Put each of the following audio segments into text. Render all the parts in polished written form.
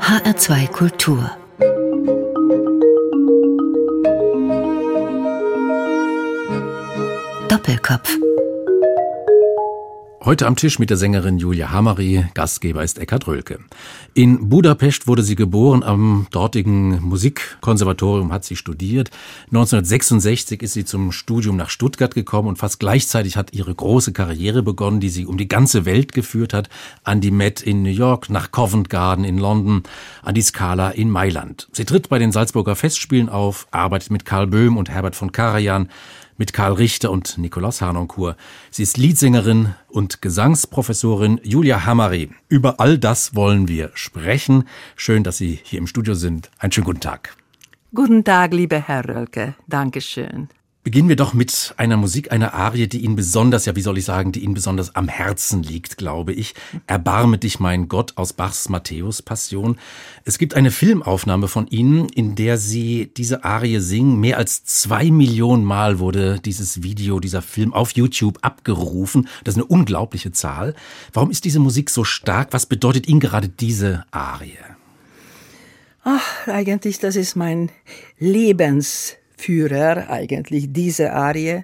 HR2 Kultur. Doppelkopf. Heute am Tisch mit der Sängerin Julia Hamary, Gastgeber ist Eckhard Rölke. In Budapest wurde sie geboren, am dortigen Musikkonservatorium hat sie studiert. 1966 ist sie zum Studium nach Stuttgart gekommen und fast gleichzeitig hat ihre große Karriere begonnen, die sie um die ganze Welt geführt hat. An die Met in New York, nach Covent Garden in London, an die Scala in Mailand. Sie tritt bei den Salzburger Festspielen auf, arbeitet mit Karl Böhm und Herbert von Karajan, mit Karl Richter und Nikolaus Harnoncourt. Sie ist Leadsängerin und Gesangsprofessorin Julia Hamary. Über all das wollen wir sprechen. Schön, dass Sie hier im Studio sind. Einen schönen guten Tag. Guten Tag, lieber Herr Rölke. Dankeschön. Beginnen wir doch mit einer Musik, einer Arie, die Ihnen besonders, die Ihnen besonders am Herzen liegt, glaube ich. Erbarme dich, mein Gott, aus Bachs Matthäus-Passion. Es gibt eine Filmaufnahme von Ihnen, in der Sie diese Arie singen. Mehr als 2 Millionen Mal wurde dieses Video, dieser Film auf YouTube abgerufen. Das ist eine unglaubliche Zahl. Warum ist diese Musik so stark? Was bedeutet Ihnen gerade diese Arie? Ach, eigentlich, das ist mein Lebensführer, eigentlich diese Arie,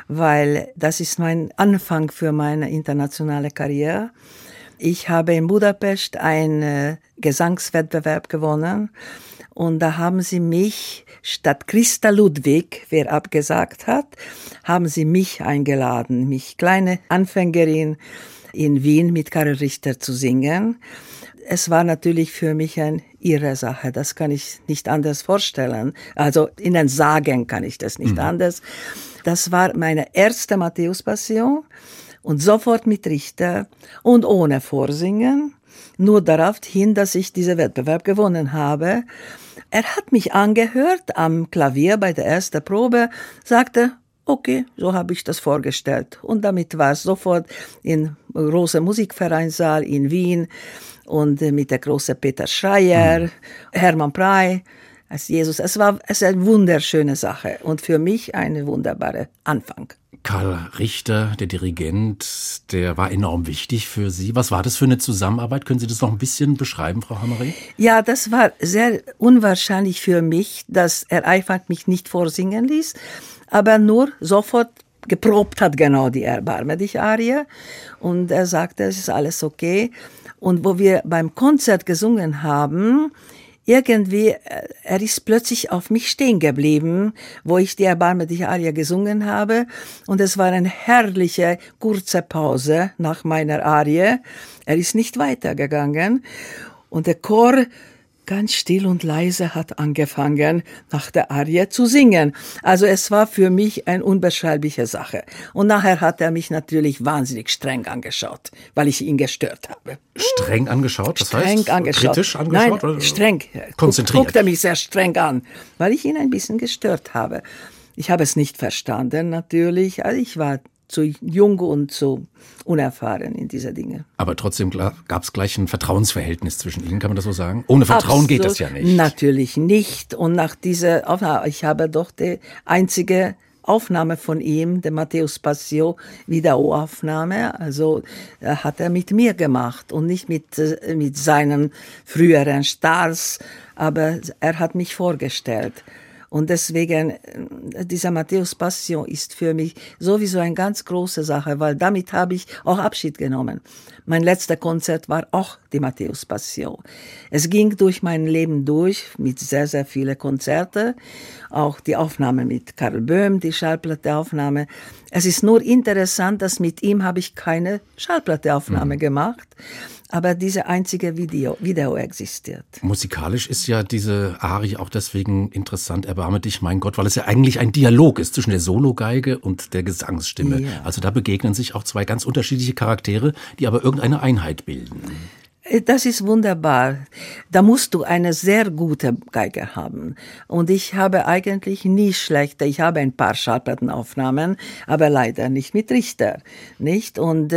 weil das ist mein Anfang für meine internationale Karriere. Ich habe in Budapest einen Gesangswettbewerb gewonnen und da haben sie mich, statt Christa Ludwig, wer abgesagt hat, haben sie mich eingeladen, mich kleine Anfängerin in Wien mit Karl Richter zu singen. Es war natürlich für mich eine irre Sache, das kann ich nicht anders vorstellen. Also Ihnen sagen kann ich das nicht anders. Das war meine erste Matthäus-Passion und sofort mit Richter und ohne Vorsingen, nur darauf hin, dass ich diesen Wettbewerb gewonnen habe. Er hat mich angehört am Klavier bei der ersten Probe, sagte, okay, so habe ich das vorgestellt. Und damit war es sofort im großen Musikvereinssaal in Wien und mit der großen Peter Schreier, Hermann Prey, als Jesus. Es ist eine wunderschöne Sache und für mich ein wunderbarer Anfang. Karl Richter, der Dirigent, der war enorm wichtig für Sie. Was war das für eine Zusammenarbeit? Können Sie das noch ein bisschen beschreiben, Frau Hamary? Ja, das war sehr unwahrscheinlich für mich, dass er einfach mich nicht vorsingen ließ, aber nur sofort geprobt hat, genau die Erbarme dich Arie. Und er sagte, es ist alles okay. Und wo wir beim Konzert gesungen haben, irgendwie, er ist plötzlich auf mich stehen geblieben, wo ich die Erbarme dich Arie gesungen habe. Und es war eine herrliche, kurze Pause nach meiner Arie. Er ist nicht weitergegangen. Und der Chor ganz still und leise hat angefangen, nach der Arie zu singen. Also es war für mich eine unbeschreibliche Sache. Und nachher hat er mich natürlich wahnsinnig streng angeschaut, weil ich ihn gestört habe. Streng angeschaut? Das streng heißt, angeschaut. Kritisch angeschaut? Nein, oder? Streng. Konzentriert. Guckt er mich sehr streng an, weil ich ihn ein bisschen gestört habe. Ich habe es nicht verstanden, natürlich. Also ich war zu jung und zu unerfahren in diese Dinge. Aber trotzdem gab es gleich ein Vertrauensverhältnis zwischen Ihnen, kann man das so sagen? Ohne Vertrauen geht das ja nicht. Natürlich nicht. Und nach dieser Aufnahme, ich habe doch die einzige Aufnahme von ihm, der Matthäus Passion, Wiederaufnahme. Also hat er mit mir gemacht und nicht mit seinen früheren Stars, aber er hat mich vorgestellt. Und deswegen, dieser Matthäus Passion ist für mich sowieso eine ganz große Sache, weil damit habe ich auch Abschied genommen. Mein letzter Konzert war auch die Matthäus Passion. Es ging durch mein Leben durch mit sehr, sehr vielen Konzerten. Auch die Aufnahme mit Karl Böhm, die Schallplatteaufnahme. Es ist nur interessant, dass mit ihm habe ich keine Schallplatteaufnahme gemacht. Aber diese einzige Video existiert. Musikalisch ist ja diese Arie auch deswegen interessant, erbarme dich, mein Gott, weil es ja eigentlich ein Dialog ist zwischen der Sologeige und der Gesangsstimme. Ja. Also da begegnen sich auch zwei ganz unterschiedliche Charaktere, die aber irgendeine Einheit bilden. Das ist wunderbar. Da musst du eine sehr gute Geige haben. Und ich habe eigentlich nie schlechte. Ich habe ein paar Schallplattenaufnahmen, aber leider nicht mit Richter, nicht? Und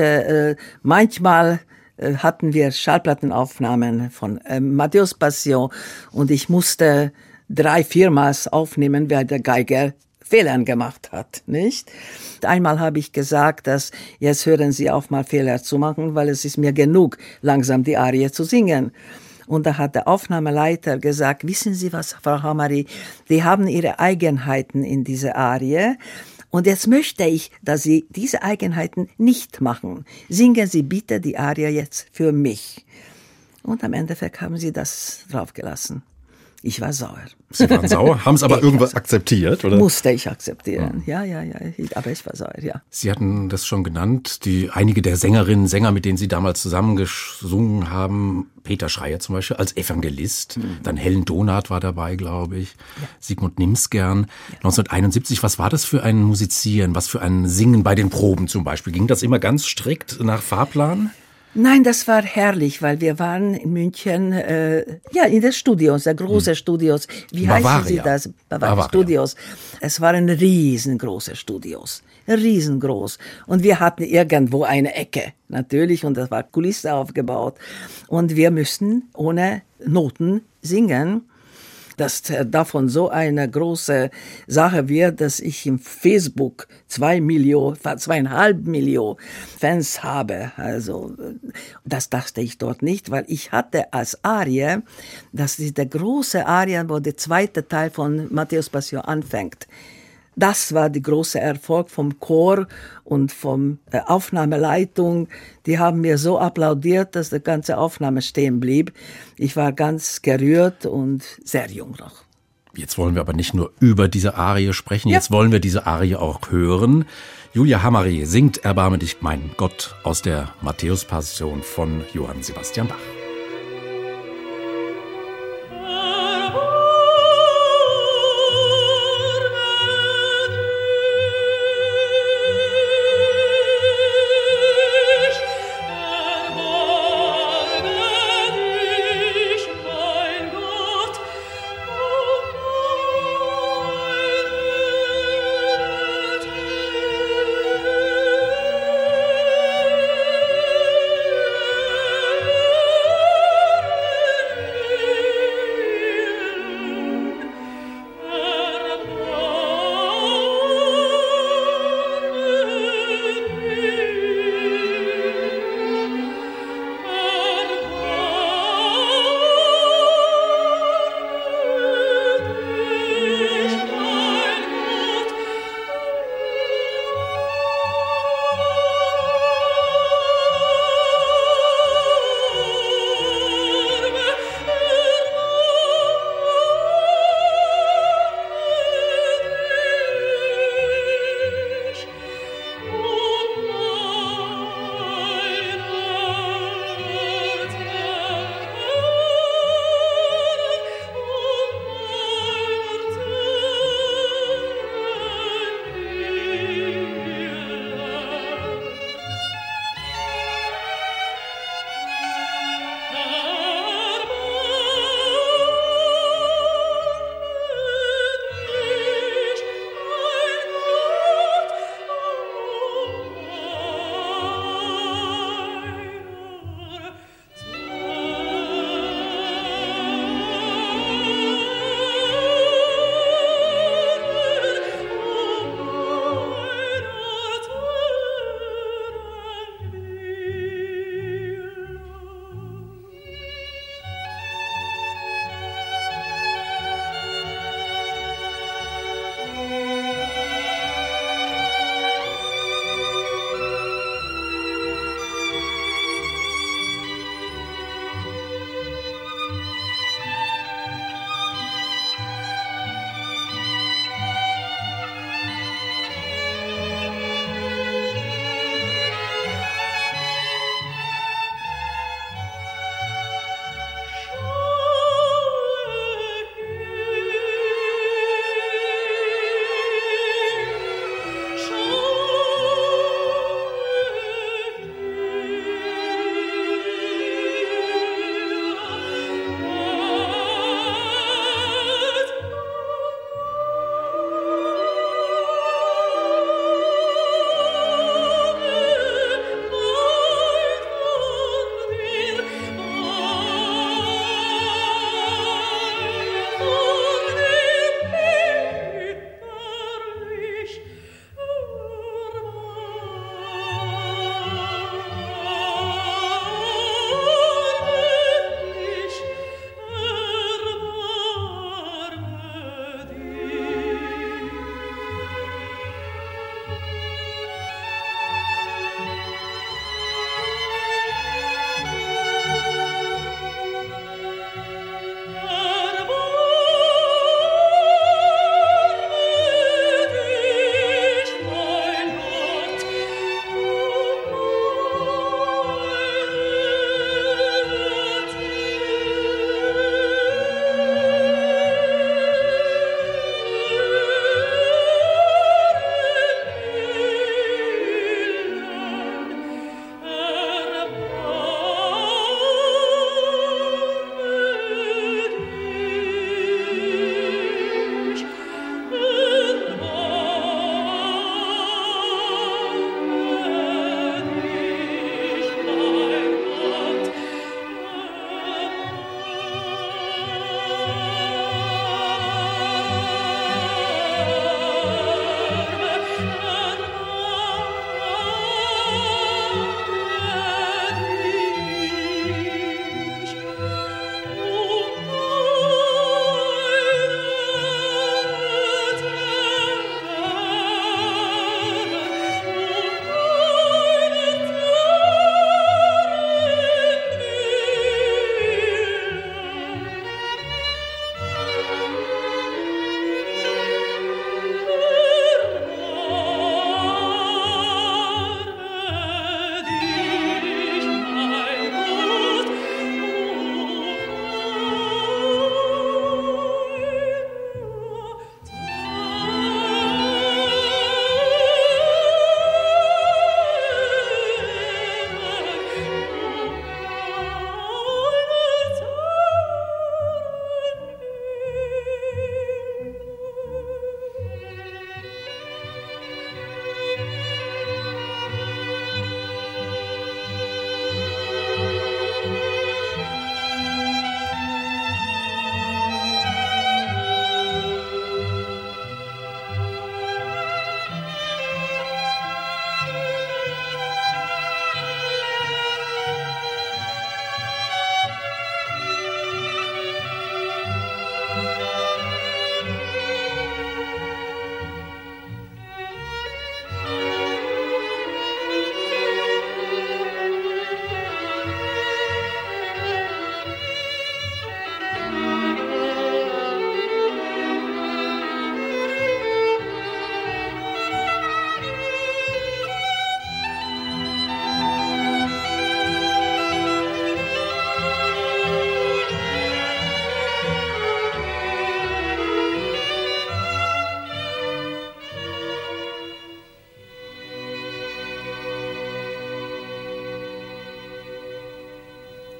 manchmal hatten wir Schallplattenaufnahmen von Matthäus Passion und ich musste 3-4 Mal aufnehmen, weil der Geiger Fehler gemacht hat, nicht? Einmal habe ich gesagt, dass jetzt hören Sie auf, mal Fehler zu machen, weil es ist mir genug, langsam die Arie zu singen. Und da hat der Aufnahmeleiter gesagt, wissen Sie was, Frau Hamari, die haben ihre Eigenheiten in dieser Arie. Und jetzt möchte ich, dass Sie diese Eigenheiten nicht machen. Singen Sie bitte die Arie jetzt für mich. Und am Endeffekt haben sie das draufgelassen. Ich war sauer. Sie waren sauer, haben es aber irgendwas akzeptiert, oder? Musste ich akzeptieren, ja. Aber ich war sauer, ja. Sie hatten das schon genannt, einige der Sängerinnen, Sänger, mit denen Sie damals zusammengesungen haben, Peter Schreier zum Beispiel als Evangelist, dann Helen Donath war dabei, glaube ich, Sigmund Nimsgern. 1971, was war das für ein Musizieren, was für ein Singen bei den Proben zum Beispiel? Ging das immer ganz strikt nach Fahrplan? Nein, das war herrlich, weil wir waren in München, in den Studios, der großen Studios. Wie heißen sie das? Bavaria Studios. Es waren riesengroße Studios, riesengroß. Und wir hatten irgendwo eine Ecke, natürlich, und das war Kulisse aufgebaut. Und wir müssten ohne Noten singen. Dass davon so eine große Sache wird, dass ich im Facebook 2,5 Millionen Fans habe. Also, das dachte ich dort nicht, weil ich hatte als Arie, das ist der große Arie, wo der zweite Teil von Matthäus Passion anfängt. Das war der große Erfolg vom Chor und vom Aufnahmeleitung. Die haben mir so applaudiert, dass die ganze Aufnahme stehen blieb. Ich war ganz gerührt und sehr jung noch. Jetzt wollen wir aber nicht nur über diese Arie sprechen, jetzt wollen wir diese Arie auch hören. Julia Hamari singt Erbarme dich, mein Gott, aus der Matthäus-Passion von Johann Sebastian Bach.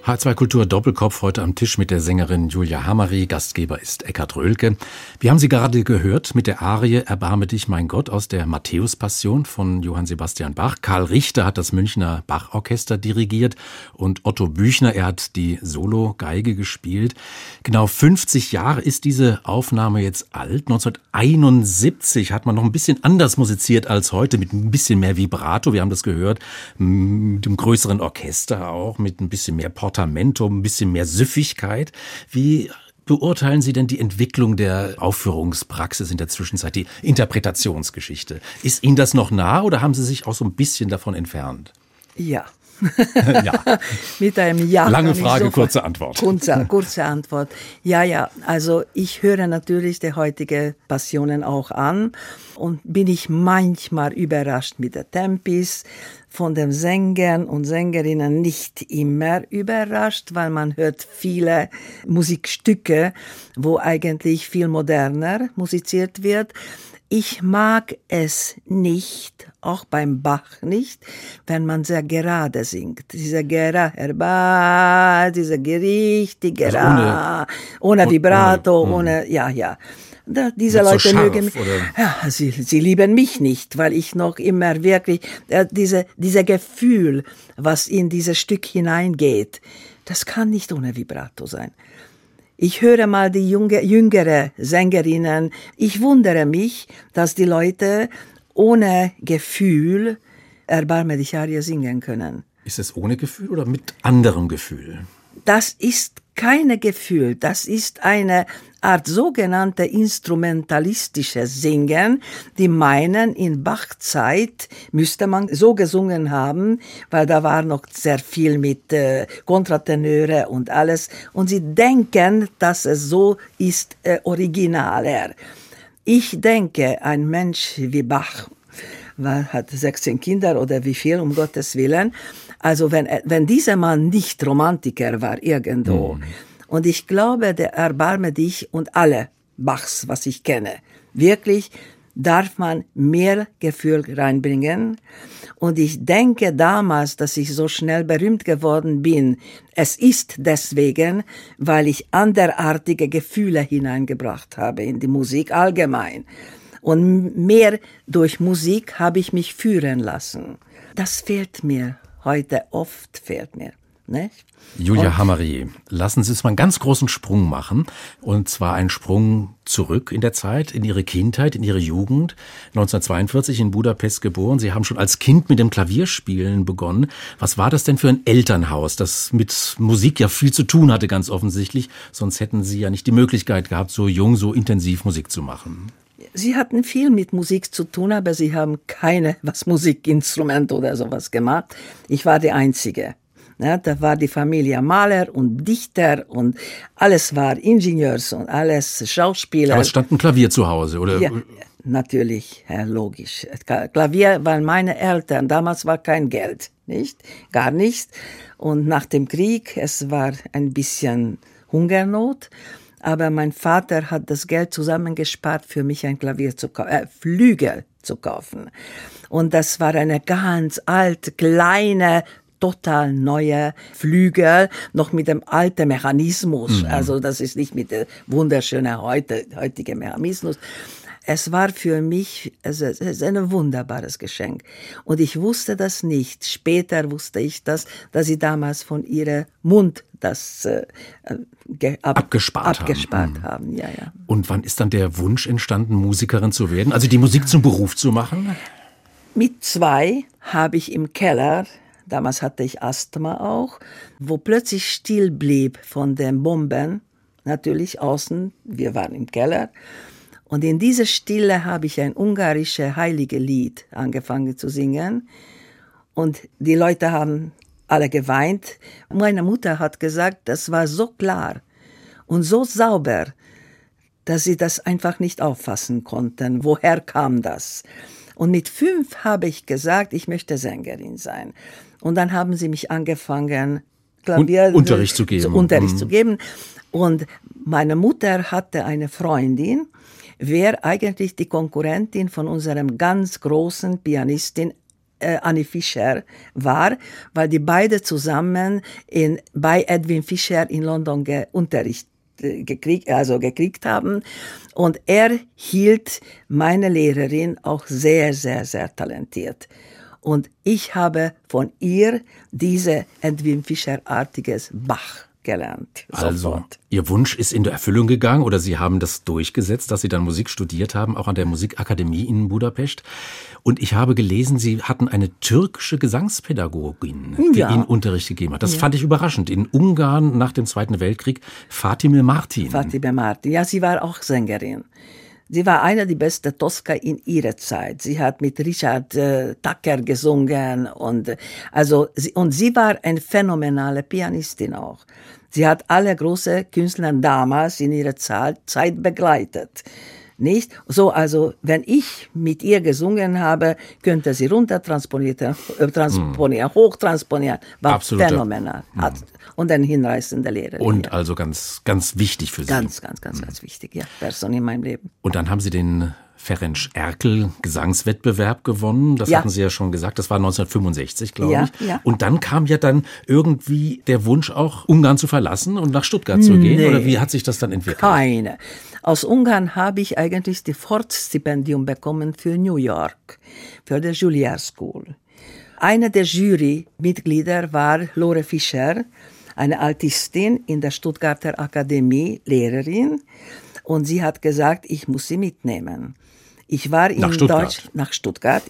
H2 Kultur Doppelkopf heute am Tisch mit der Sängerin Julia Hamary. Gastgeber ist Eckhard Rölke. Wir haben sie gerade gehört mit der Arie Erbarme dich, mein Gott aus der Matthäus-Passion von Johann Sebastian Bach. Karl Richter hat das Münchner Bach-Orchester dirigiert und Otto Büchner, er hat die Solo-Geige gespielt. Genau 50 Jahre ist diese Aufnahme jetzt alt. 1971 hat man noch ein bisschen anders musiziert als heute, mit ein bisschen mehr Vibrato. Wir haben das gehört, mit einem größeren Orchester auch, mit ein bisschen mehr Portamento, ein bisschen mehr Süffigkeit. Wie beurteilen Sie denn die Entwicklung der Aufführungspraxis in der Zwischenzeit, die Interpretationsgeschichte? Ist Ihnen das noch nah oder haben Sie sich auch so ein bisschen davon entfernt? Ja. Ja. Mit einem Ja. Lange Frage, kurze Antwort. Kurze Antwort. Ja, also ich höre natürlich die heutige Passionen auch an und bin ich manchmal überrascht mit der Tempis, von den Sängern und Sängerinnen nicht immer überrascht, weil man hört viele Musikstücke, wo eigentlich viel moderner musiziert wird. Ich mag es nicht, auch beim Bach nicht, wenn man sehr gerade singt. Diese richtig gerade, ohne Vibrato, ohne. Diese Leute mögen mich. Ja, sie lieben mich nicht, weil ich noch immer wirklich diese Gefühl, was in dieses Stück hineingeht, das kann nicht ohne Vibrato sein. Ich höre mal die jüngere Sängerinnen. Ich wundere mich, dass die Leute ohne Gefühl Erbarme dich, Arie singen können. Ist es ohne Gefühl oder mit anderem Gefühl? Das ist kein Gefühl, das ist eine Art sogenannte instrumentalistisches Singen, die meinen, in Bach-Zeit müsste man so gesungen haben, weil da war noch sehr viel mit Kontratenöre und alles. Und sie denken, dass es so ist, originaler. Ich denke, ein Mensch wie Bach, hat 16 Kinder oder wie viel, um Gottes Willen. Also wenn dieser Mann nicht Romantiker war irgendwo, und ich glaube, der Erbarme dich und alle Bachs, was ich kenne, wirklich darf man mehr Gefühl reinbringen. Und ich denke damals, dass ich so schnell berühmt geworden bin, es ist deswegen, weil ich anderartige Gefühle hineingebracht habe in die Musik allgemein. Und mehr durch Musik habe ich mich führen lassen. Das fehlt mir heute, fehlt mir. Nicht? Julia Hamary, lassen Sie uns mal einen ganz großen Sprung machen. Und zwar einen Sprung zurück in der Zeit, in Ihre Kindheit, in Ihre Jugend. 1942 in Budapest geboren. Sie haben schon als Kind mit dem Klavierspielen begonnen. Was war das denn für ein Elternhaus, das mit Musik ja viel zu tun hatte, ganz offensichtlich? Sonst hätten Sie ja nicht die Möglichkeit gehabt, so jung, so intensiv Musik zu machen. Sie hatten viel mit Musik zu tun, aber sie haben keine Musikinstrument oder sowas gemacht. Ich war die Einzige. Ja, da war die Familie Maler und Dichter und alles war Ingenieurs und alles Schauspieler. Aber es stand ein Klavier zu Hause, oder? Ja, natürlich, ja, logisch. Klavier, weil meine Eltern, damals war kein Geld, nicht? Gar nichts. Und nach dem Krieg, es war ein bisschen Hungernot. Aber mein Vater hat das Geld zusammengespart, für mich ein Flügel zu kaufen. Und das war eine ganz alte, kleine, total neue Flügel, noch mit dem alten Mechanismus. Also das ist nicht mit dem wunderschönen heutigen Mechanismus. Es war für mich, es ist ein wunderbares Geschenk. Und ich wusste das nicht. Später wusste ich das, dass sie damals von ihrem Mund das abgespart haben. Ja. Und wann ist dann der Wunsch entstanden, Musikerin zu werden? Also die Musik zum Beruf zu machen? Mit 2 habe ich im Keller, damals hatte ich Asthma auch, wo plötzlich still blieb von den Bomben, natürlich außen, wir waren im Keller. Und in dieser Stille habe ich ein ungarisches heilige Lied angefangen zu singen. Und die Leute haben alle geweint. Meine Mutter hat gesagt, das war so klar und so sauber, dass sie das einfach nicht auffassen konnten. Woher kam das? Und mit 5 habe ich gesagt, ich möchte Sängerin sein. Und dann haben sie mich angefangen, Unterricht zu geben. Und meine Mutter hatte eine Freundin, wer eigentlich die Konkurrentin von unserem ganz großen Pianistin Annie Fischer war, weil die beide zusammen bei Edwin Fischer in London Unterricht gekriegt haben. Und er hielt meine Lehrerin auch sehr, sehr, sehr talentiert. Und ich habe von ihr diese Edwin Fischer-artiges Bach gelernt. Also, Ihr Wunsch ist in Erfüllung gegangen oder Sie haben das durchgesetzt, dass Sie dann Musik studiert haben, auch an der Musikakademie in Budapest. Und ich habe gelesen, Sie hatten eine türkische Gesangspädagogin, die Ihnen Unterricht gegeben hat. Das fand ich überraschend. In Ungarn nach dem Zweiten Weltkrieg, Fatime Martin. Fatime Martin, ja, sie war auch Sängerin. Sie war eine der besten Tosca in ihrer Zeit. Sie hat mit Richard Tucker gesungen und sie war eine phänomenale Pianistin auch. Sie hat alle großen Künstler damals in ihrer Zeit begleitet. Nicht? So, also, wenn ich mit ihr gesungen habe, könnte sie runtertransponieren, hochtransponieren. War absolut phänomenal. Und ein hinreißender Lehrer. Und also ganz, ganz wichtig für Sie. Ganz wichtig, ja. Person in meinem Leben. Und dann haben Sie den Ferenc Erkel Gesangswettbewerb gewonnen. Das hatten Sie ja schon gesagt. Das war 1965, glaube ich. Ja. Und dann kam ja dann irgendwie der Wunsch auch, Ungarn zu verlassen und nach Stuttgart zu gehen. Oder wie hat sich das dann entwickelt? Keine. Aus Ungarn habe ich eigentlich das Ford-Stipendium bekommen für New York, für die Juilliard School. Eine der Jurymitglieder war Lore Fischer, eine Altistin in der Stuttgarter Akademie, Lehrerin. Und sie hat gesagt, ich muss sie mitnehmen. Ich war in nach Stuttgart,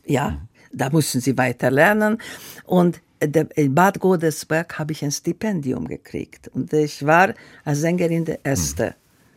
da mussten sie weiter lernen. Und in Bad Godesberg habe ich ein Stipendium gekriegt. Und ich war als Sängerin der Erste,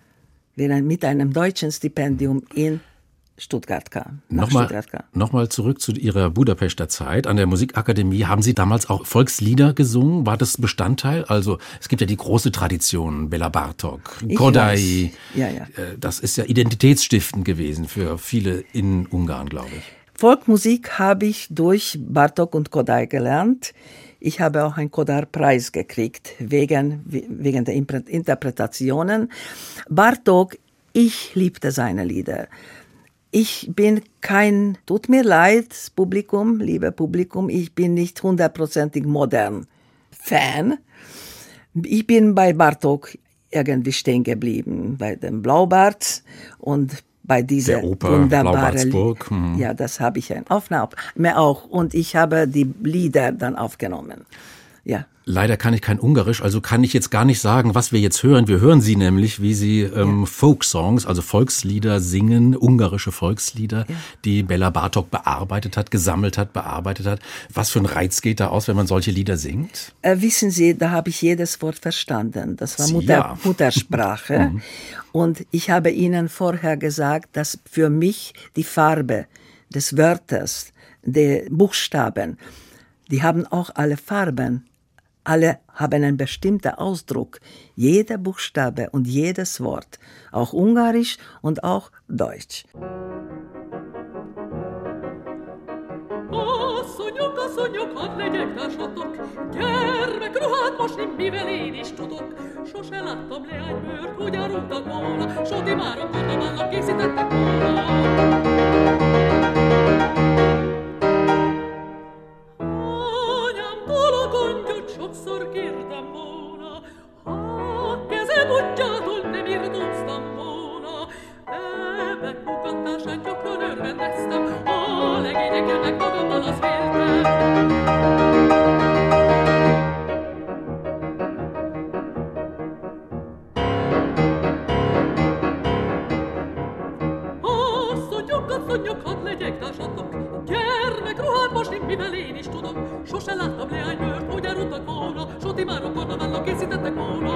mit einem deutschen Stipendium in Stuttgart kam. Nochmal zurück zu Ihrer Budapester Zeit. An der Musikakademie haben Sie damals auch Volkslieder gesungen? War das Bestandteil? Also es gibt ja die große Tradition, Bela Bartok, Kodály. Ja. Das ist ja identitätsstiftend gewesen für viele in Ungarn, glaube ich. Folkmusik habe ich durch Bartók und Kodály gelernt. Ich habe auch einen Kodály-Preis gekriegt, wegen der Interpretationen. Bartók, ich liebte seine Lieder. Ich bin tut mir leid, Publikum, liebe Publikum, ich bin nicht 100%ig modern Fan. Ich bin bei Bartók irgendwie stehen geblieben, bei dem Blaubart und bei dieser der Oper Blaubartsburg. Ja, das habe ich eine Aufnahme auch und ich habe die Lieder dann aufgenommen. Ja. Leider kann ich kein Ungarisch, also kann ich jetzt gar nicht sagen, was wir jetzt hören. Wir hören Sie nämlich, wie Sie Folksongs, also Volkslieder singen, ungarische Volkslieder, die Bela Bartok gesammelt hat. Was für ein Reiz geht da aus, wenn man solche Lieder singt? Wissen Sie, da habe ich jedes Wort verstanden. Das war Muttersprache. Und ich habe Ihnen vorher gesagt, dass für mich die Farbe des Wörters, der Buchstaben, die haben auch alle Farben. Alle haben einen bestimmten Ausdruck. Jeder Buchstabe und jedes Wort. Auch Ungarisch und auch Deutsch. Asszonyok, hadd legyek társatok, gyermekruhát mosni, mivel én is tudok. Sose láttam leánybőrt, hogy árultak volna, s ott imáron kordabalnak készítettek volna. Sokszor kértem volna, ha kezem útjától nem irtóztam volna. Ebben munkattársán gyakran örvendeztem, a legények jönnek magammal, az féltem. Asszonyok, hadd legyek társatok, gyermekruhát mosni, mivel én is tudok. Sose láttam leánybőrt, hogy árultak volna, s ott immáron kordabalnak készítettek volna.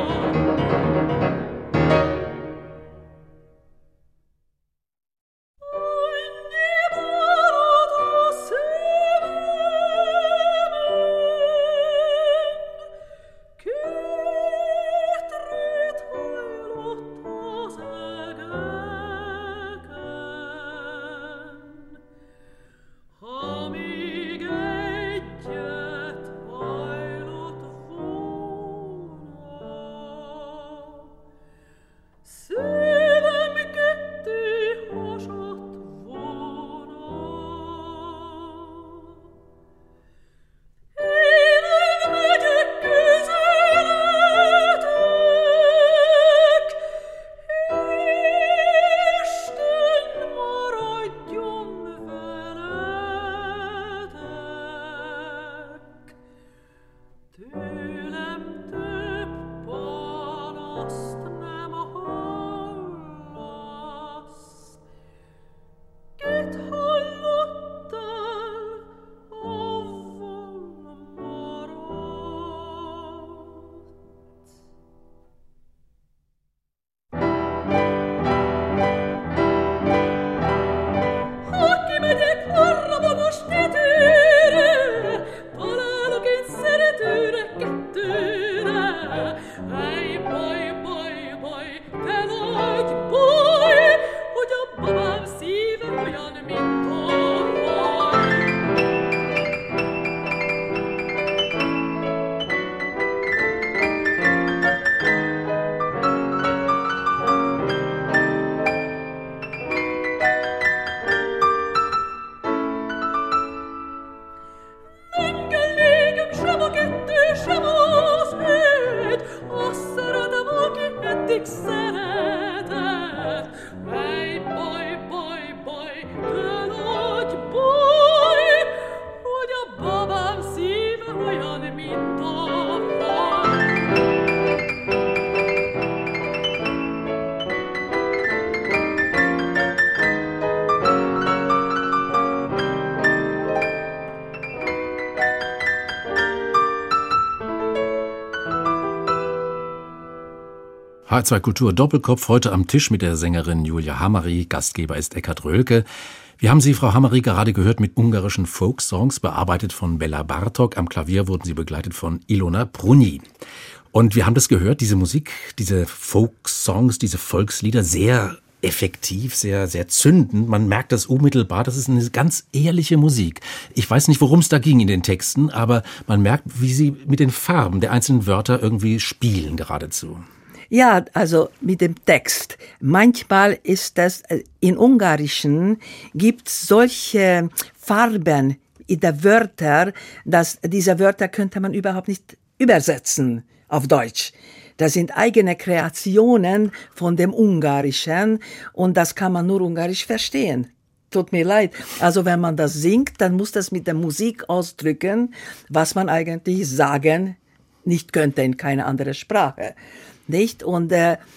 H2 Kultur Doppelkopf, heute am Tisch mit der Sängerin Julia Hamari, Gastgeber ist Eckhard Rölke. Wir haben Sie, Frau Hamari, gerade gehört mit ungarischen Folksongs, bearbeitet von Bela Bartok. Am Klavier wurden Sie begleitet von Ilona Bruni. Und wir haben das gehört, diese Musik, diese Folksongs, diese Volkslieder, sehr effektiv, sehr, sehr zündend. Man merkt das unmittelbar, das ist eine ganz ehrliche Musik. Ich weiß nicht, worum es da ging in den Texten, aber man merkt, wie Sie mit den Farben der einzelnen Wörter irgendwie spielen geradezu. Ja, also mit dem Text. Manchmal ist das, in Ungarischen gibt es solche Farben in den Wörtern, dass diese Wörter könnte man überhaupt nicht übersetzen auf Deutsch. Das sind eigene Kreationen von dem Ungarischen und das kann man nur Ungarisch verstehen. Tut mir leid. Also wenn man das singt, dann muss das mit der Musik ausdrücken, was man eigentlich sagen nicht könnte in keine andere Sprache. Nicht? Und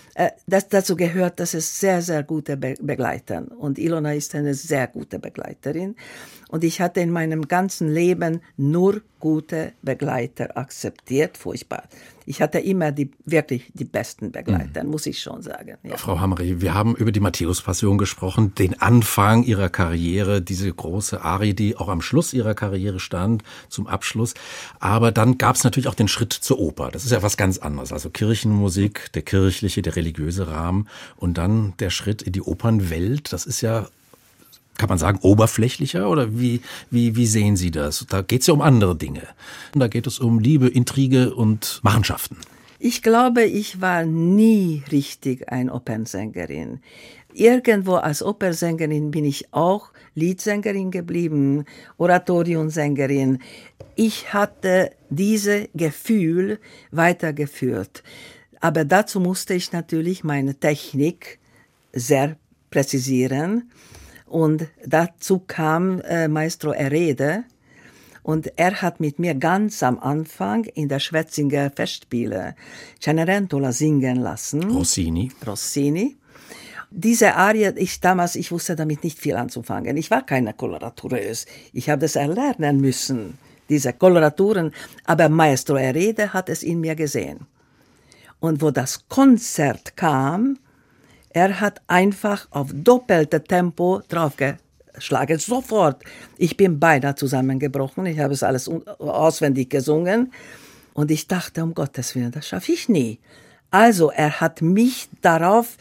das dazu gehört, dass es sehr, sehr gute Begleiter. Und Ilona ist eine sehr gute Begleiterin. Und ich hatte in meinem ganzen Leben nur gute Begleiter akzeptiert. Furchtbar. Ich hatte immer wirklich die besten Begleiter, muss ich schon sagen. Ja. Frau Hamari, wir haben über die Matthäus-Passion gesprochen, den Anfang Ihrer Karriere, diese große Arie, die auch am Schluss Ihrer Karriere stand, zum Abschluss. Aber dann gab es natürlich auch den Schritt zur Oper. Das ist ja was ganz anderes. Also Kirchenmusik, der kirchliche, der religiöse Rahmen und dann der Schritt in die Opernwelt. Das ist ja, kann man sagen, oberflächlicher oder wie sehen Sie das? Da geht es ja um andere Dinge. Da geht es um Liebe, Intrige und Machenschaften. Ich glaube, ich war nie richtig eine Opernsängerin. Irgendwo als Opernsängerin bin ich auch Liedsängerin geblieben, Oratoriumsängerin. Ich hatte dieses Gefühl weitergeführt. Aber dazu musste ich natürlich meine Technik sehr präzisieren. Und dazu kam Maestro Erede und er hat mit mir ganz am Anfang in der Schwetzinger Festspiele Cenerentola singen lassen. Rossini. Diese Arie, ich wusste damit nicht viel anzufangen. Ich war keine Koloratureuse. Ich habe das erlernen müssen, diese Koloraturen. Aber Maestro Erede hat es in mir gesehen. Und wo das Konzert kam, er hat einfach auf doppelte Tempo draufgeschlagen, sofort. Ich bin beinahe zusammengebrochen, ich habe es alles auswendig gesungen und ich dachte, um Gottes Willen, das schaffe ich nie. Also er hat mich darauf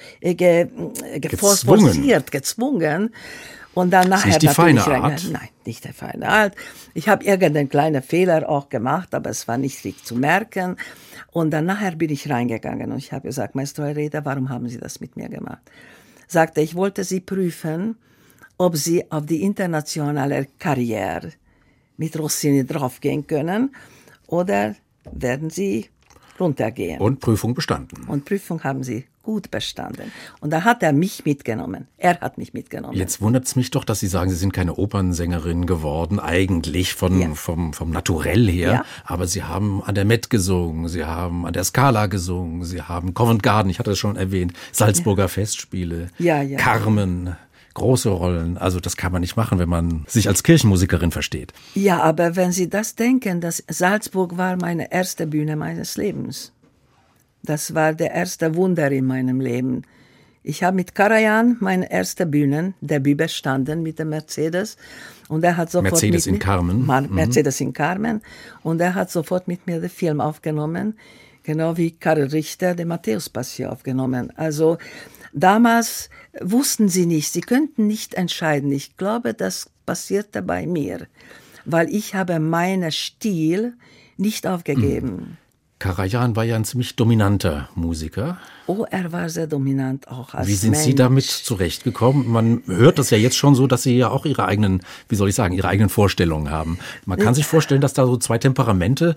gezwungen. Und dann nachher nicht die feine Art? Nein, nicht die feine Art. Ich habe irgendeinen kleinen Fehler auch gemacht, aber es war nicht richtig zu merken. Und dann nachher bin ich reingegangen und ich habe gesagt, Maestro Erede, warum haben Sie das mit mir gemacht? Sagte, ich wollte Sie prüfen, ob Sie auf die internationale Karriere mit Rossini draufgehen können oder werden Sie runtergehen. Und Prüfung bestanden. Und Prüfung haben sie gut bestanden. Und da hat er mich mitgenommen. Er hat mich mitgenommen. Jetzt wundert es mich doch, dass Sie sagen, Sie sind keine Opernsängerin geworden, eigentlich vom Naturell her. Ja. Aber Sie haben an der Met gesungen, Sie haben an der Scala gesungen, Sie haben Covent Garden, ich hatte es schon erwähnt, Salzburger Festspiele, Ja. Carmen. Große Rollen. Also das kann man nicht machen, wenn man sich als Kirchenmusikerin versteht. Ja, aber wenn Sie das denken, dass Salzburg war meine erste Bühne meines Lebens. Das war der erste Wunder in meinem Leben. Ich habe mit Karajan meine erste Bühnendebüt bestanden mit dem Mercedes. Und er hat sofort Mercedes in Carmen. Mercedes in Carmen. Und er hat sofort mit mir den Film aufgenommen. Genau wie Karl Richter die Matthäus-Passion aufgenommen. Also damals wussten sie nicht, sie könnten nicht entscheiden. Ich glaube, das passierte bei mir, weil ich habe meinen Stil nicht aufgegeben. Karajan war ja ein ziemlich dominanter Musiker. Oh, er war sehr dominant auch als Wie sind Mensch. Sie damit zurechtgekommen? Man hört das ja jetzt schon so, dass Sie ja auch Ihre eigenen, Ihre eigenen Vorstellungen haben. Man kann sich vorstellen, dass da so zwei Temperamente,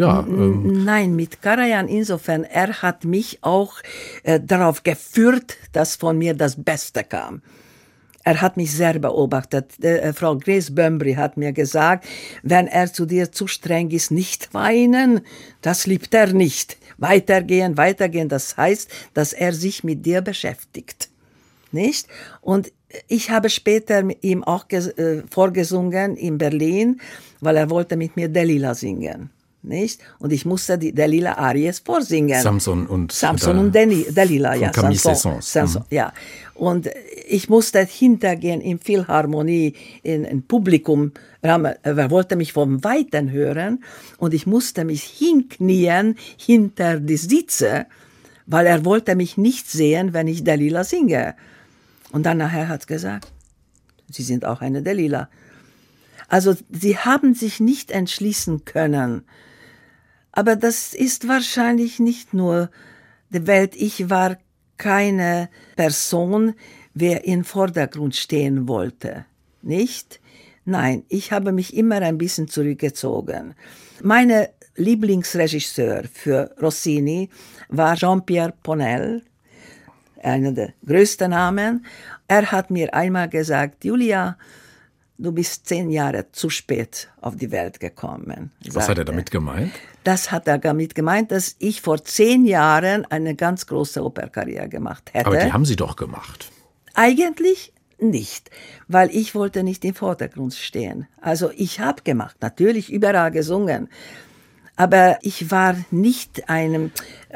Nein, mit Karajan insofern, er hat mich auch darauf geführt, dass von mir das Beste kam. Er hat mich sehr beobachtet. Frau Grace Bömbry hat mir gesagt, wenn er zu dir zu streng ist, nicht weinen, das liebt er nicht. Weitergehen, das heißt, dass er sich mit dir beschäftigt. Nicht? Und ich habe später ihm auch vorgesungen in Berlin, weil er wollte mit mir Delilah singen. Nicht? Und ich musste die Delilah Aries vorsingen. Samson und Delilah, ja. Camille Saint-Saëns. Ja. Und ich musste hintergehen in Philharmonie, in Publikum. Er wollte mich vom Weiten hören und ich musste mich hinknien hinter die Sitze, weil er wollte mich nicht sehen, wenn ich Delilah singe. Und dann nachher hat er gesagt, Sie sind auch eine Delilah. Also sie haben sich nicht entschließen können. Aber das ist wahrscheinlich nicht nur die Welt. Ich war keine Person, wer im Vordergrund stehen wollte. Nicht? Nein, ich habe mich immer ein bisschen zurückgezogen. Mein Lieblingsregisseur für Rossini war Jean-Pierre Ponel, einer der größten Namen. Er hat mir einmal gesagt, Julia, du bist 10 Jahre zu spät auf die Welt gekommen. Was hat er damit gemeint? Das hat er damit gemeint, dass ich vor 10 Jahren eine ganz große Operkarriere gemacht hätte. Aber die haben Sie doch gemacht. Eigentlich nicht, weil ich wollte nicht im Vordergrund stehen. Also ich habe gemacht, natürlich überall gesungen. Aber ich war nicht ein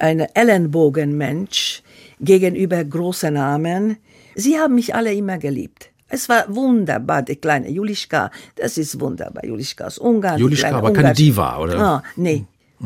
Ellenbogenmensch gegenüber großen Namen. Sie haben mich alle immer geliebt. Es war wunderbar, die kleine Julischka, das ist wunderbar, Julischka aus Ungarn. Julischka, aber keine Diva, oder? Ah, nee.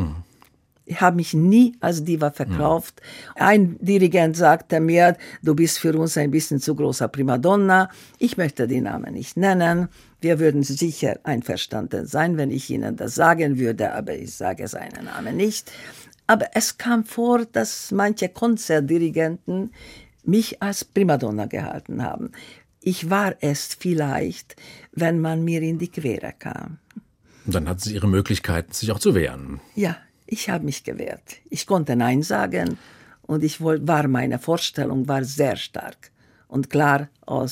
Ich habe mich nie als Diva verkauft. Ein Dirigent sagte mir, du bist für uns ein bisschen zu großer Primadonna. Ich möchte den Namen nicht nennen. Wir würden sicher einverstanden sein, wenn ich Ihnen das sagen würde, aber ich sage seinen Namen nicht. Aber es kam vor, dass manche Konzertdirigenten mich als Primadonna gehalten haben. Ich war es vielleicht, wenn man mir in die Quere kam. Und dann hatten Sie Ihre Möglichkeit, sich auch zu wehren. Ja, ich habe mich gewehrt. Ich konnte Nein sagen und meine Vorstellung war sehr stark und klar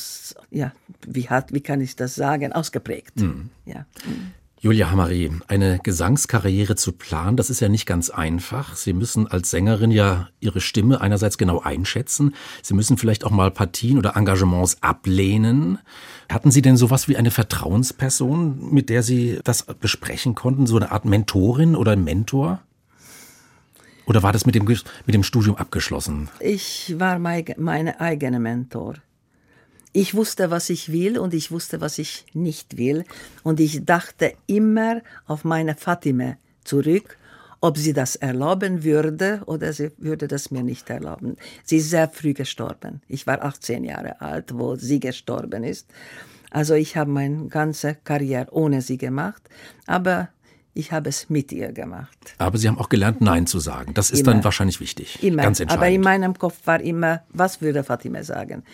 wie kann ich das sagen, ausgeprägt. Ja. Julia Hamary, eine Gesangskarriere zu planen, das ist ja nicht ganz einfach. Sie müssen als Sängerin ja Ihre Stimme einerseits genau einschätzen. Sie müssen vielleicht auch mal Partien oder Engagements ablehnen. Hatten Sie denn sowas wie eine Vertrauensperson, mit der Sie das besprechen konnten? So eine Art Mentorin oder Mentor? Oder war das mit dem Studium abgeschlossen? Ich war meine eigene Mentor. Ich wusste, was ich will und ich wusste, was ich nicht will. Und ich dachte immer auf meine Fatime zurück, ob sie das erlauben würde oder sie würde das mir nicht erlauben. Sie ist sehr früh gestorben. Ich war 18 Jahre alt, wo sie gestorben ist. Also ich habe meine ganze Karriere ohne sie gemacht, aber ich habe es mit ihr gemacht. Aber Sie haben auch gelernt, Nein zu sagen. Das ist immer. Dann wahrscheinlich wichtig. Immer. Ganz entscheidend. Aber in meinem Kopf war immer, was würde Fatime sagen?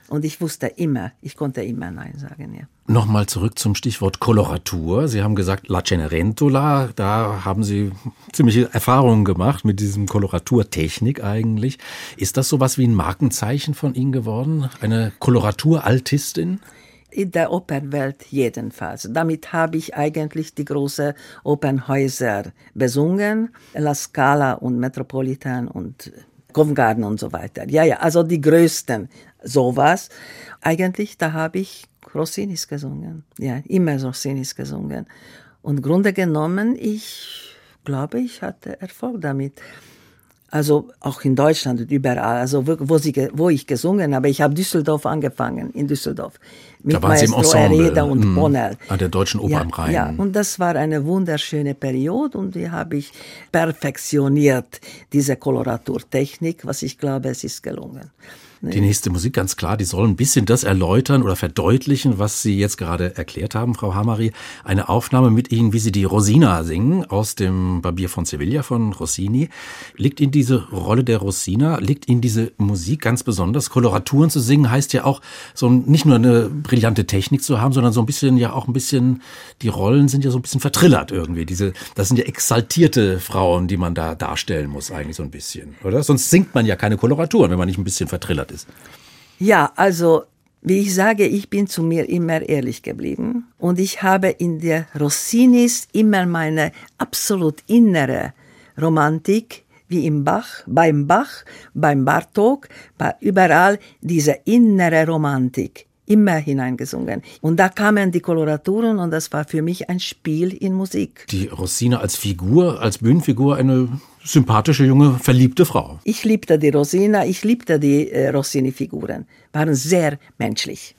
Und ich konnte immer Nein sagen, ja. Nochmal zurück zum Stichwort Koloratur. Sie haben gesagt, La Cenerentola, da haben Sie ziemliche Erfahrungen gemacht mit diesem Koloraturtechnik eigentlich. Ist das sowas wie ein Markenzeichen von Ihnen geworden? Eine Koloraturaltistin? In der Opernwelt jedenfalls. Damit habe ich eigentlich die großen Opernhäuser besungen, La Scala und Metropolitan und Covent Garden und so weiter. Ja, also die größten, sowas. Eigentlich, da habe ich Rossinis gesungen. Ja, immer Rossinis gesungen. Und im Grunde genommen, ich glaube, ich hatte Erfolg damit. Also auch in Deutschland und überall, also wo ich gesungen habe. Ich habe Düsseldorf angefangen, in Düsseldorf. Mit da waren Sie im Maestro Ensemble, Herrera und Bonnell. An der Deutschen Oper am Rhein. Ja, und das war eine wunderschöne Periode und die habe ich perfektioniert, diese Koloraturtechnik, was ich glaube, es ist gelungen. Die nächste Musik, ganz klar, die soll ein bisschen das erläutern oder verdeutlichen, was Sie jetzt gerade erklärt haben, Frau Hamary. Eine Aufnahme mit Ihnen, wie Sie die Rosina singen, aus dem Barbier von Sevilla von Rossini. Liegt Ihnen diese Rolle der Rosina, liegt Ihnen diese Musik ganz besonders? Koloraturen zu singen heißt ja auch, so nicht nur eine brillante Technik zu haben, sondern so ein bisschen, die Rollen sind ja so ein bisschen vertrillert irgendwie. Das sind ja exaltierte Frauen, die man da darstellen muss eigentlich so ein bisschen, oder? Sonst singt man ja keine Koloraturen, wenn man nicht ein bisschen vertrillert ist. Ja, also wie ich sage, ich bin zu mir immer ehrlich geblieben und ich habe in der Rossinis immer meine absolut innere Romantik, wie beim Bartók, überall diese innere Romantik immer hineingesungen. Und da kamen die Koloraturen und das war für mich ein Spiel in Musik. Die Rosina als Figur, als Bühnenfigur, eine sympathische, junge, verliebte Frau. Ich liebte die Rosina, ich liebte die Rossini-Figuren. Waren sehr menschlich.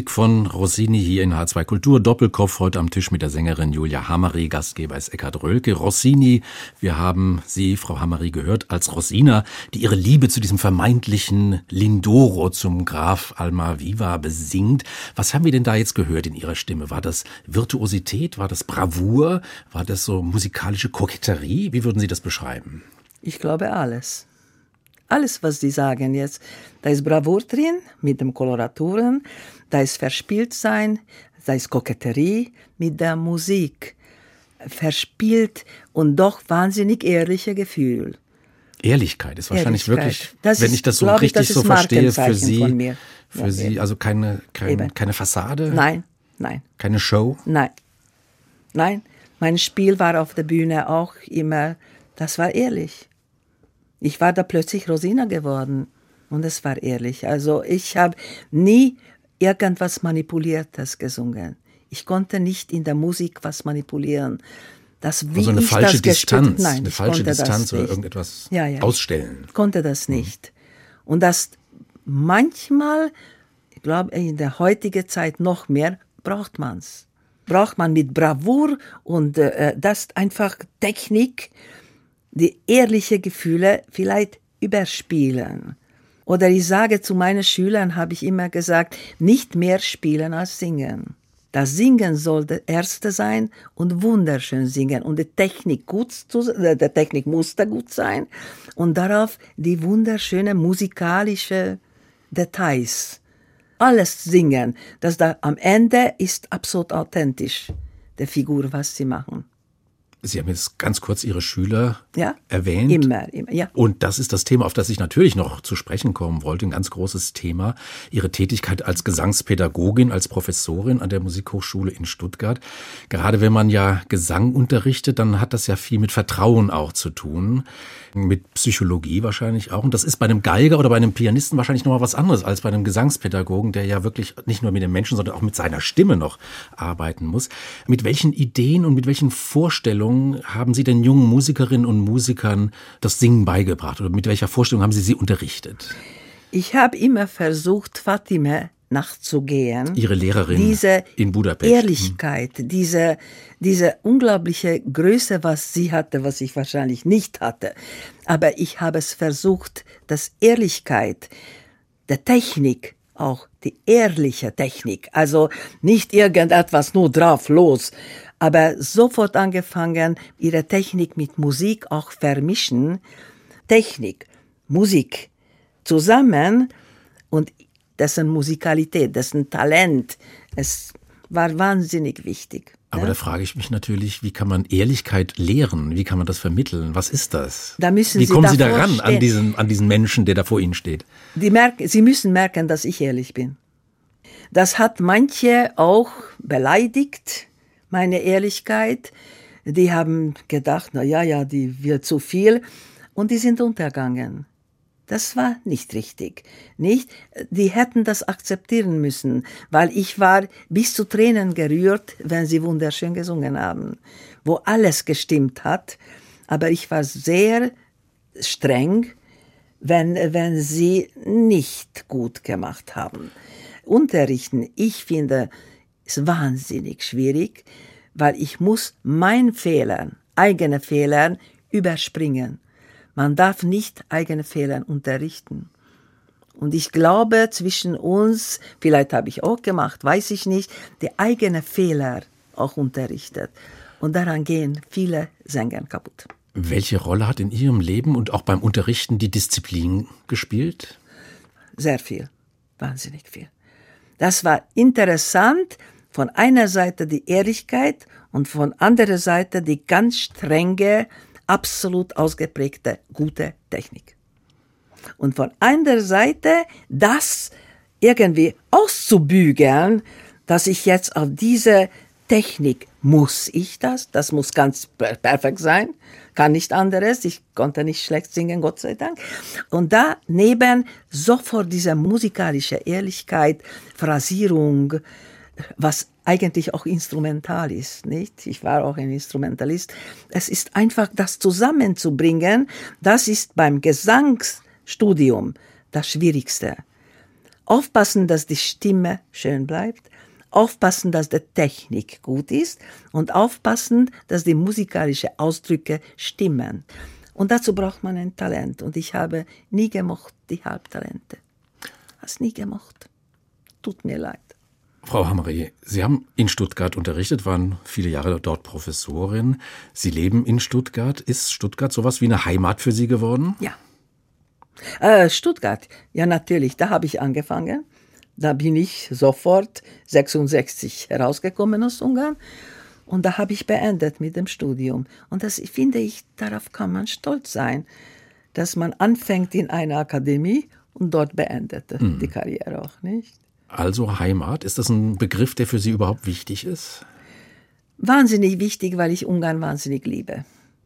Musik von Rossini hier in H2 Kultur. Doppelkopf heute am Tisch mit der Sängerin Julia Hamary. Gastgeber ist Eckhard Rölke. Rossini, wir haben Sie, Frau Hamary, gehört als Rosina, die ihre Liebe zu diesem vermeintlichen Lindoro, zum Graf Almaviva besingt. Was haben wir denn da jetzt gehört in Ihrer Stimme? War das Virtuosität? War das Bravour? War das so musikalische Koketterie? Wie würden Sie das beschreiben? Ich glaube alles. Alles, was Sie sagen jetzt, da ist Bravour drin mit den Koloraturen, da ist Verspieltsein, da ist Koketterie mit der Musik. Verspielt und doch wahnsinnig ehrliche Gefühl. Ehrlichkeit ist wahrscheinlich wirklich, das wenn ich das so richtig so verstehe, für Sie, von mir. Für Sie, also keine Fassade? Nein. Keine Show? Nein. Mein Spiel war auf der Bühne auch immer, das war ehrlich. Ich war da plötzlich Rosina geworden und es war ehrlich. Also ich habe nie irgendwas Manipuliertes gesungen. Ich konnte nicht in der Musik was manipulieren. Also eine falsche Distanz, Nein, eine falsche Distanz oder irgendetwas ausstellen. Ich konnte das nicht. Und das manchmal, ich glaube in der heutigen Zeit noch mehr, braucht man's. Braucht man mit Bravour und das einfach Technik, die ehrliche Gefühle vielleicht überspielen. Oder ich sage zu meinen Schülern, habe ich immer gesagt, nicht mehr spielen als singen. Das Singen soll das Erste sein und wunderschön singen. Und die Technik der Technik muss da gut sein. Und darauf die wunderschönen musikalische Details. Alles singen. Das da am Ende ist absolut authentisch, der Figur, was sie machen. Sie haben jetzt ganz kurz Ihre Schüler erwähnt. Immer, ja. Und das ist das Thema, auf das ich natürlich noch zu sprechen kommen wollte. Ein ganz großes Thema. Ihre Tätigkeit als Gesangspädagogin, als Professorin an der Musikhochschule in Stuttgart. Gerade wenn man ja Gesang unterrichtet, dann hat das ja viel mit Vertrauen auch zu tun. Mit Psychologie wahrscheinlich auch. Und das ist bei einem Geiger oder bei einem Pianisten wahrscheinlich nochmal was anderes als bei einem Gesangspädagogen, der ja wirklich nicht nur mit dem Menschen, sondern auch mit seiner Stimme noch arbeiten muss. Mit welchen Ideen und mit welchen Vorstellungen haben Sie den jungen Musikerinnen und Musikern das Singen beigebracht? Oder mit welcher Vorstellung haben Sie unterrichtet? Ich habe immer versucht, Fatime nachzugehen. Ihre Lehrerin in Budapest. Diese Ehrlichkeit, diese unglaubliche Größe, was sie hatte, was ich wahrscheinlich nicht hatte. Aber ich habe es versucht, dass Ehrlichkeit, der Technik, auch die ehrliche Technik, also nicht irgendetwas nur drauf, los, aber sofort angefangen, ihre Technik mit Musik auch vermischen. Technik, Musik zusammen und dessen Musikalität, dessen Talent, es war wahnsinnig wichtig. Aber da frage ich mich natürlich, wie kann man Ehrlichkeit lehren? Wie kann man das vermitteln? Was ist das? Wie kommen Sie daran an diesen Menschen, der da vor Ihnen steht? Sie müssen merken, dass ich ehrlich bin. Das hat manche auch beleidigt, meine Ehrlichkeit. Die haben gedacht, die wird zu viel. Und die sind untergegangen. Das war nicht richtig. Die hätten das akzeptieren müssen, weil ich war bis zu Tränen gerührt, wenn sie wunderschön gesungen haben, wo alles gestimmt hat. Aber ich war sehr streng, wenn sie nicht gut gemacht haben. Unterrichten, ich finde, ist wahnsinnig schwierig, weil ich muss eigene Fehler überspringen. Man darf nicht eigene Fehler unterrichten. Und ich glaube, zwischen uns, vielleicht habe ich auch gemacht, weiß ich nicht, die eigenen Fehler auch unterrichtet. Und daran gehen viele Sänger kaputt. Welche Rolle hat in Ihrem Leben und auch beim Unterrichten die Disziplin gespielt? Sehr viel, wahnsinnig viel. Das war interessant, von einer Seite die Ehrlichkeit und von anderer Seite die ganz strenge, absolut ausgeprägte, gute Technik. Und von anderer Seite das irgendwie auszubügeln, dass ich jetzt auf diese Technik, das muss ganz perfekt sein, kann nicht anderes, ich konnte nicht schlecht singen, Gott sei Dank. Und daneben sofort diese musikalische Ehrlichkeit, Phrasierung, was eigentlich auch instrumental ist, nicht? Ich war auch ein Instrumentalist. Es ist einfach, das zusammenzubringen, das ist beim Gesangsstudium das Schwierigste. Aufpassen, dass die Stimme schön bleibt, aufpassen, dass die Technik gut ist und aufpassen, dass die musikalischen Ausdrücke stimmen. Und dazu braucht man ein Talent. Und ich habe nie gemocht die Halbtalente. Hast nie gemocht. Tut mir leid. Frau Hamari, Sie haben in Stuttgart unterrichtet, waren viele Jahre dort Professorin. Sie leben in Stuttgart. Ist Stuttgart sowas wie eine Heimat für Sie geworden? Ja. Stuttgart, ja natürlich, da habe ich angefangen. Da bin ich sofort 66 herausgekommen aus Ungarn. Und da habe ich beendet mit dem Studium. Und das finde ich, darauf kann man stolz sein, dass man anfängt in einer Akademie und dort beendete die Karriere auch, nicht? Also Heimat, ist das ein Begriff, der für Sie überhaupt wichtig ist? Wahnsinnig wichtig, weil ich Ungarn wahnsinnig liebe.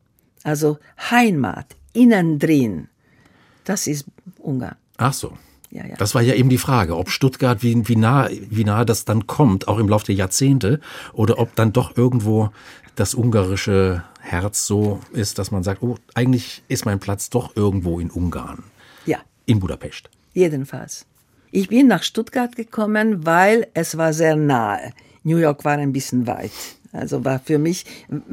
Also Heimat, innen drin, das ist Ungarn. Ach so. Ja. Das war ja eben die Frage, ob Stuttgart, wie nah das dann kommt, auch im Laufe der Jahrzehnte, oder ob dann doch irgendwo das ungarische Herz so ist, dass man sagt, oh, eigentlich ist mein Platz doch irgendwo in Ungarn. Ja. In Budapest. Jedenfalls. Ich bin nach Stuttgart gekommen, weil es war sehr nahe. New York war ein bisschen weit. Also war für mich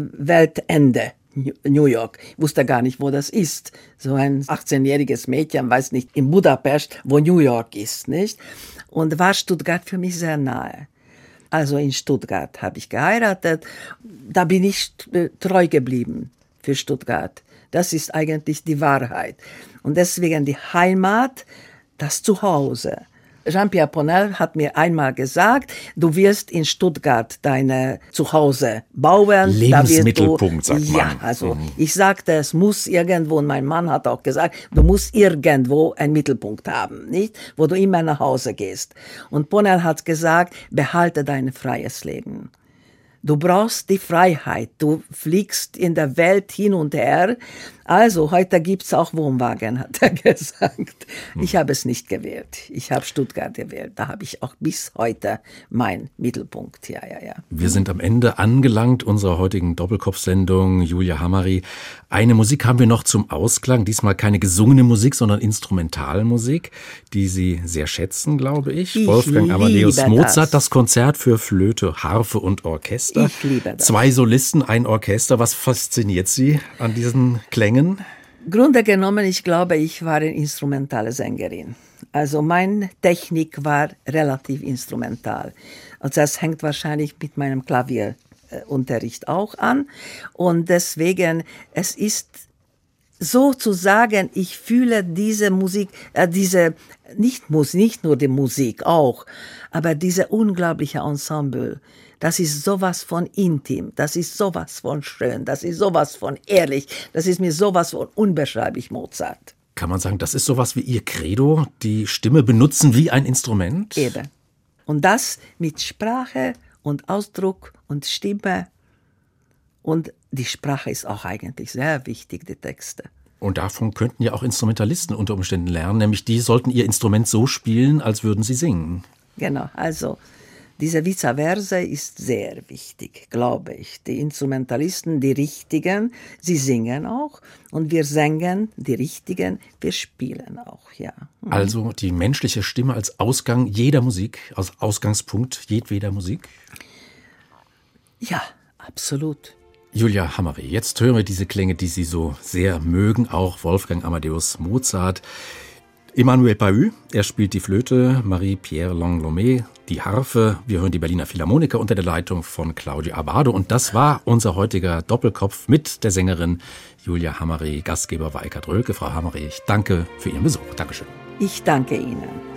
Weltende. New York. Ich wusste gar nicht, wo das ist. So ein 18-jähriges Mädchen weiß nicht in Budapest, wo New York ist, nicht? Und war Stuttgart für mich sehr nahe. Also in Stuttgart habe ich geheiratet. Da bin ich treu geblieben für Stuttgart. Das ist eigentlich die Wahrheit. Und deswegen die Heimat, das Zuhause. Jean-Pierre Ponel hat mir einmal gesagt, du wirst in Stuttgart deine Zuhause bauen. Lebensmittelpunkt, sagt man. Ja, also ich sagte, es muss irgendwo, und mein Mann hat auch gesagt, du musst irgendwo einen Mittelpunkt haben, nicht? Wo du immer nach Hause gehst. Und Ponel hat gesagt, behalte dein freies Leben. Du brauchst die Freiheit. Du fliegst in der Welt hin und her. Also, heute gibt's auch Wohnwagen, hat er gesagt. Ich habe es nicht gewählt. Ich habe Stuttgart gewählt. Da habe ich auch bis heute meinen Mittelpunkt. Ja. Wir sind am Ende angelangt unserer heutigen Doppelkopf-Sendung. Julia Hamari, eine Musik haben wir noch zum Ausklang. Diesmal keine gesungene Musik, sondern Instrumentalmusik, die Sie sehr schätzen, glaube ich. Wolfgang Amadeus Mozart, das Konzert für Flöte, Harfe und Orchester. Ich liebe das. 2 Solisten, ein Orchester. Was fasziniert Sie an diesen Klängen? Grunde genommen, ich glaube, ich war eine instrumentale Sängerin. Also meine Technik war relativ instrumental. Also das hängt wahrscheinlich mit meinem Klavierunterricht auch an. Und deswegen, es ist sozusagen, ich fühle diese Musik, nicht nur die Musik auch, aber diese unglaubliche Ensemble. Das ist sowas von intim, das ist sowas von schön, das ist sowas von ehrlich, das ist mir sowas von unbeschreiblich Mozart. Kann man sagen, das ist sowas wie Ihr Credo, die Stimme benutzen wie ein Instrument? Eben. Und das mit Sprache und Ausdruck und Stimme. Und die Sprache ist auch eigentlich sehr wichtig, die Texte. Und davon könnten ja auch Instrumentalisten unter Umständen lernen, nämlich die sollten ihr Instrument so spielen, als würden sie singen. Genau, also diese Vice versa ist sehr wichtig, glaube ich. Die Instrumentalisten, die Richtigen, sie singen auch und wir singen, die Richtigen, wir spielen auch, ja. Also die menschliche Stimme als Ausgang jeder Musik, als Ausgangspunkt jedweder Musik? Ja, absolut. Julia Hamari, jetzt hören wir diese Klänge, die Sie so sehr mögen, auch Wolfgang Amadeus Mozart. Emmanuel Pahud, er spielt die Flöte, Marie-Pierre Langlomet die Harfe. Wir hören die Berliner Philharmoniker unter der Leitung von Claudio Abbado. Und das war unser heutiger Doppelkopf mit der Sängerin Julia Hamari. Gastgeber war Eckhard Rölke. Frau Hamari, ich danke für Ihren Besuch. Dankeschön. Ich danke Ihnen.